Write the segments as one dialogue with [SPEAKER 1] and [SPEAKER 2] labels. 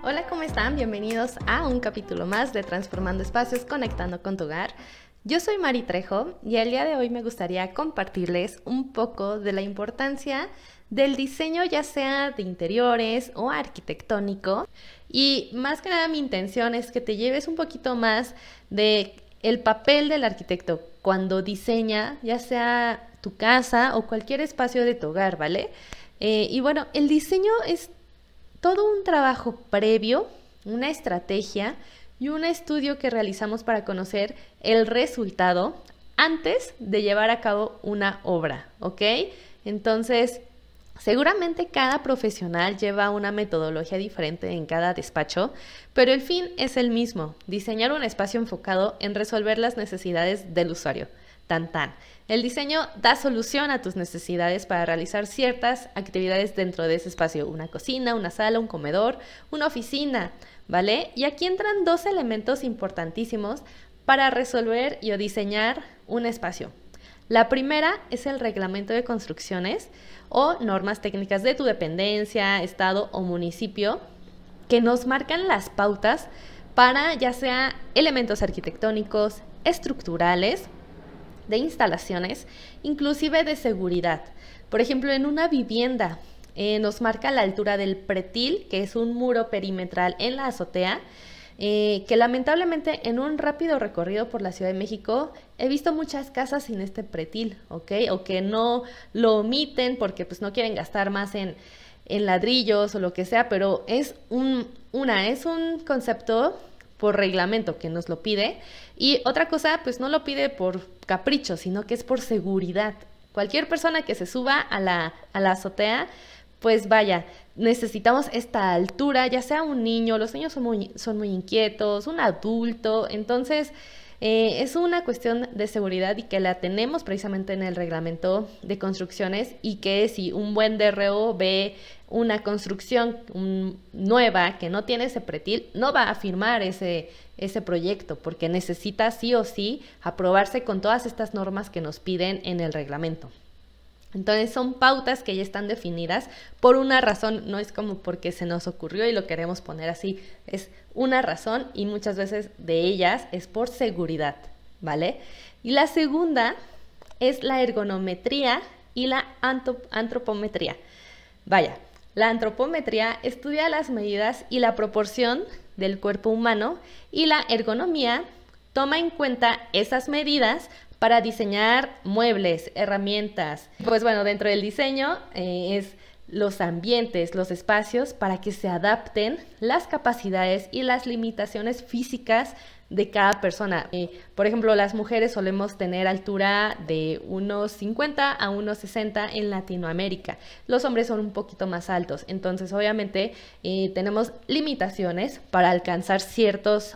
[SPEAKER 1] Hola, ¿cómo están? Bienvenidos a un capítulo más de Transformando Espacios, Conectando con tu Hogar. Yo soy Mari Trejo y el día de hoy me gustaría compartirles un poco de la importancia del diseño, ya sea de interiores o arquitectónico. Y más que nada mi intención es que te lleves un poquito más de el papel del arquitecto cuando diseña, ya sea tu casa o cualquier espacio de tu hogar, ¿vale? Y bueno, el diseño es todo un trabajo previo, una estrategia y un estudio que realizamos para conocer el resultado antes de llevar a cabo una obra, ¿ok? Entonces, seguramente cada profesional lleva una metodología diferente en cada despacho, pero el fin es el mismo: diseñar un espacio enfocado en resolver las necesidades del usuario. Tan tan. El diseño da solución a tus necesidades para realizar ciertas actividades dentro de ese espacio: una cocina, una sala, un comedor, una oficina, ¿vale? Y aquí entran dos elementos importantísimos para resolver y o diseñar un espacio. La primera es el reglamento de construcciones o normas técnicas de tu dependencia, estado o municipio, que nos marcan las pautas para ya sea elementos arquitectónicos, estructurales, de instalaciones, inclusive de seguridad. Por ejemplo, en una vivienda nos marca la altura del pretil, que es un muro perimetral en la azotea, que lamentablemente en un rápido recorrido por la Ciudad de México he visto muchas casas sin este pretil, ¿ok? O que no lo omiten porque pues no quieren gastar más en ladrillos o lo que sea, pero es un concepto por reglamento que nos lo pide, y otra cosa, pues no lo pide por capricho, sino que es por seguridad. Cualquier persona que se suba a la azotea, pues vaya, necesitamos esta altura, ya sea un niño, los niños son muy inquietos, un adulto, entonces es una cuestión de seguridad y que la tenemos precisamente en el reglamento de construcciones, y que si un buen DRO ve una construcción nueva que no tiene ese pretil, no va a firmar ese proyecto porque necesita sí o sí aprobarse con todas estas normas que nos piden en el reglamento. Entonces son pautas que ya están definidas por una razón, no es como porque se nos ocurrió y lo queremos poner así, es una razón, y muchas veces de ellas es por seguridad, ¿vale? Y la segunda es la ergonometría y la antropometría. Vaya, la antropometría estudia las medidas y la proporción del cuerpo humano, y la ergonomía toma en cuenta esas medidas para diseñar muebles, herramientas. Pues bueno, dentro del diseño es los ambientes, los espacios, para que se adapten las capacidades y las limitaciones físicas de cada persona. Por ejemplo, las mujeres solemos tener altura de unos 50 a unos 60 en Latinoamérica. Los hombres son un poquito más altos. Entonces, obviamente, tenemos limitaciones para alcanzar ciertos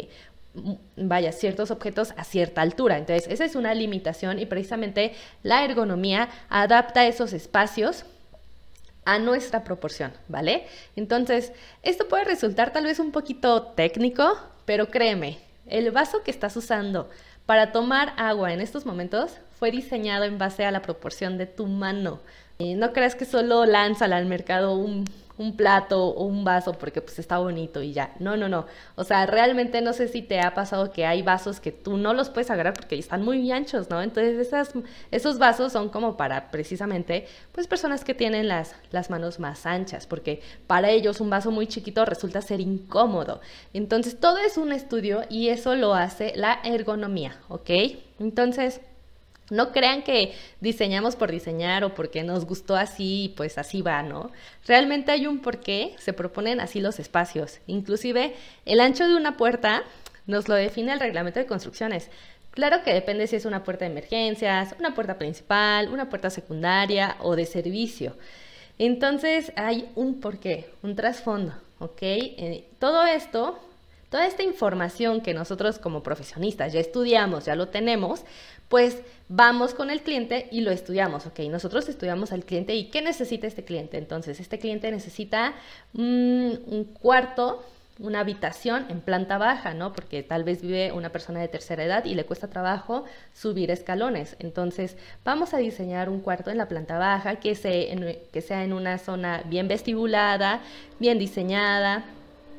[SPEAKER 1] objetos a cierta altura. Entonces, esa es una limitación, y precisamente la ergonomía adapta esos espacios a nuestra proporción, ¿vale? Entonces, esto puede resultar tal vez un poquito técnico, pero créeme, el vaso que estás usando para tomar agua en estos momentos fue diseñado en base a la proporción de tu mano. No creas que solo lánzala al mercado un plato o un vaso porque pues está bonito y ya. No, no, no. O sea, realmente no sé si te ha pasado que hay vasos que tú no los puedes agarrar porque están muy anchos, ¿no? Entonces esos vasos son como para precisamente pues personas que tienen las manos más anchas, porque para ellos un vaso muy chiquito resulta ser incómodo. Entonces todo es un estudio y eso lo hace la ergonomía, ¿ok? Entonces, no crean que diseñamos por diseñar o porque nos gustó así, pues así va, ¿no? Realmente hay un porqué, se proponen así los espacios. Inclusive el ancho de una puerta nos lo define el reglamento de construcciones. Claro que depende si es una puerta de emergencias, una puerta principal, una puerta secundaria o de servicio. Entonces hay un porqué, un trasfondo, ¿ok? Todo esto, toda esta información que nosotros como profesionistas ya estudiamos, ya lo tenemos, pues vamos con el cliente y lo estudiamos, ¿ok? Nosotros estudiamos al cliente y ¿qué necesita este cliente? Entonces, este cliente necesita un cuarto, una habitación en planta baja, ¿no? Porque tal vez vive una persona de tercera edad y le cuesta trabajo subir escalones. Entonces, vamos a diseñar un cuarto en la planta baja que sea en una zona bien vestibulada, bien diseñada,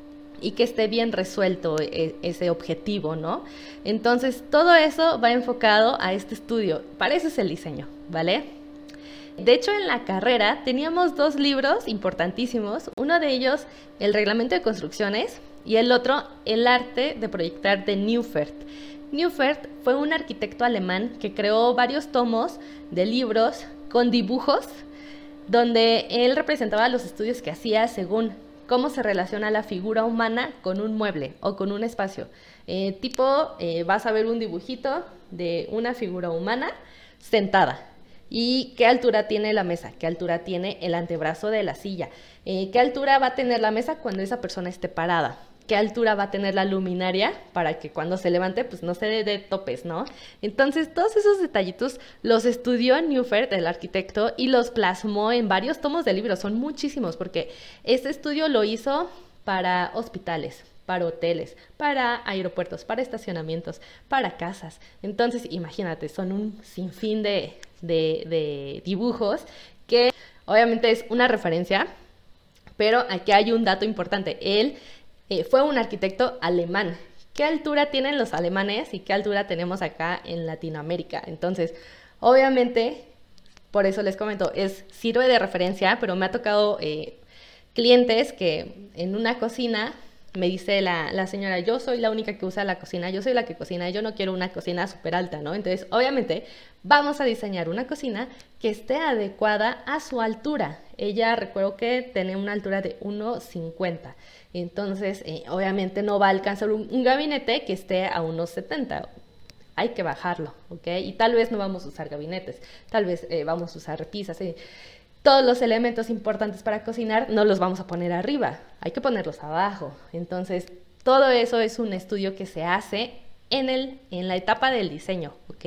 [SPEAKER 1] y que esté bien resuelto ese objetivo, ¿no? Entonces, todo eso va enfocado a este estudio. Para eso es el diseño, ¿vale? De hecho, en la carrera teníamos 2 libros importantísimos. Uno de ellos, el reglamento de construcciones, y el otro, el arte de proyectar de Neufert. Neufert fue un arquitecto alemán que creó varios tomos de libros con dibujos donde él representaba los estudios que hacía según cómo se relaciona la figura humana con un mueble o con un espacio. Vas a ver un dibujito de una figura humana sentada. ¿Y qué altura tiene la mesa? ¿Qué altura tiene el antebrazo de la silla? ¿Qué altura va a tener la mesa cuando esa persona esté parada? ¿Qué altura va a tener la luminaria para que cuando se levante pues no se dé topes, ¿no? Entonces todos esos detallitos los estudió Neufert, el arquitecto, y los plasmó en varios tomos de libros. Son muchísimos porque este estudio lo hizo para hospitales, para hoteles, para aeropuertos, para estacionamientos, para casas. Entonces imagínate, son un sinfín de dibujos que obviamente es una referencia, pero aquí hay un dato importante. Él fue un arquitecto alemán. ¿Qué altura tienen los alemanes y qué altura tenemos acá en Latinoamérica? Entonces, obviamente, por eso les comento, sirve de referencia, pero me ha tocado clientes que en una cocina me dice la señora, yo soy la única que usa la cocina, yo soy la que cocina, yo no quiero una cocina súper alta, ¿no? Entonces, obviamente, vamos a diseñar una cocina que esté adecuada a su altura. Ella, recuerdo que tenía una altura de 1,50. Entonces, obviamente no va a alcanzar un gabinete que esté a 1,70. Hay que bajarlo, ¿ok? Y tal vez no vamos a usar gabinetes, tal vez vamos a usar repisas. Todos los elementos importantes para cocinar no los vamos a poner arriba, hay que ponerlos abajo. Entonces, todo eso es un estudio que se hace en la etapa del diseño, ¿ok?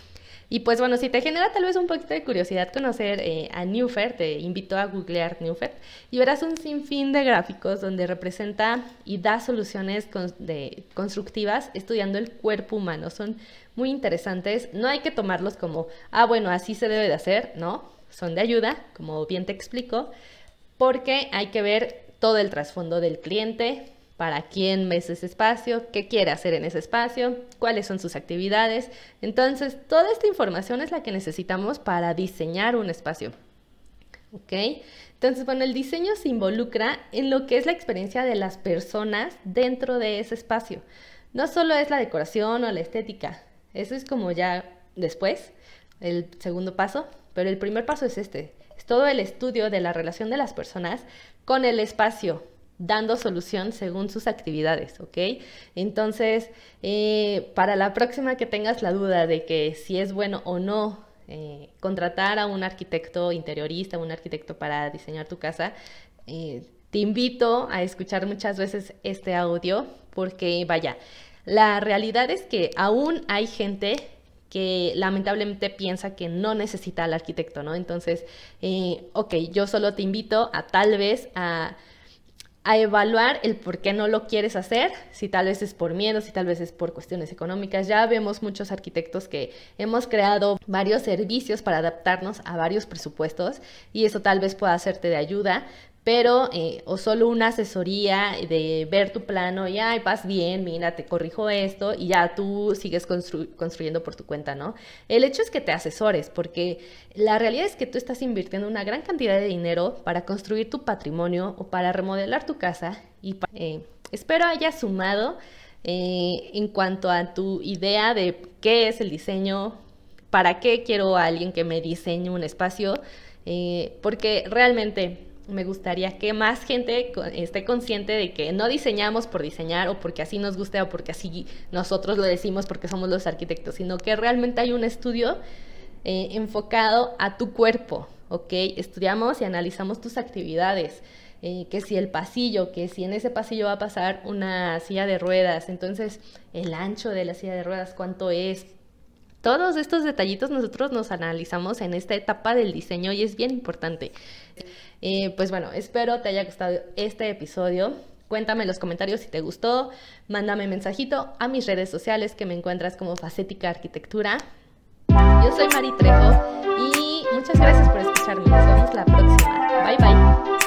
[SPEAKER 1] Y pues bueno, si te genera tal vez un poquito de curiosidad conocer a Neufert, te invito a googlear Neufert y verás un sinfín de gráficos donde representa y da soluciones constructivas estudiando el cuerpo humano. Son muy interesantes, no hay que tomarlos como, bueno, así se debe de hacer, ¿no? Son de ayuda, como bien te explico, porque hay que ver todo el trasfondo del cliente, para quién es ese espacio, qué quiere hacer en ese espacio, cuáles son sus actividades. Entonces, toda esta información es la que necesitamos para diseñar un espacio. ¿Ok? Entonces, bueno, el diseño se involucra en lo que es la experiencia de las personas dentro de ese espacio. No solo es la decoración o la estética, eso es como ya después, el segundo paso, pero el primer paso es es todo el estudio de la relación de las personas con el espacio, dando solución según sus actividades, ¿ok? Entonces, para la próxima que tengas la duda de que si es bueno o no contratar a un arquitecto interiorista, un arquitecto para diseñar tu casa, te invito a escuchar muchas veces este audio porque, vaya, la realidad es que aún hay gente que lamentablemente piensa que no necesita al arquitecto, ¿no? Entonces, yo solo te invito a tal vez a evaluar el por qué no lo quieres hacer, si tal vez es por miedo, si tal vez es por cuestiones económicas. Ya vemos muchos arquitectos que hemos creado varios servicios para adaptarnos a varios presupuestos y eso tal vez pueda hacerte de ayuda, pero o solo una asesoría de ver tu plano y vas bien, mira, te corrijo esto y ya tú sigues construyendo por tu cuenta, ¿no? El hecho es que te asesores porque la realidad es que tú estás invirtiendo una gran cantidad de dinero para construir tu patrimonio o para remodelar tu casa y espero hayas sumado en cuanto a tu idea de qué es el diseño, para qué quiero a alguien que me diseñe un espacio, porque realmente me gustaría que más gente esté consciente de que no diseñamos por diseñar o porque así nos guste o porque así nosotros lo decimos porque somos los arquitectos, sino que realmente hay un estudio enfocado a tu cuerpo, ¿ok? Estudiamos y analizamos tus actividades, que si el pasillo, que si en ese pasillo va a pasar una silla de ruedas, entonces el ancho de la silla de ruedas, ¿cuánto es? Todos estos detallitos nosotros nos analizamos en esta etapa del diseño y es bien importante. Pues bueno, espero te haya gustado este episodio. Cuéntame en los comentarios si te gustó. Mándame mensajito a mis redes sociales que me encuentras como Facética Arquitectura. Yo soy Mari Trejo y muchas gracias por escucharme. Nos vemos la próxima. Bye, bye.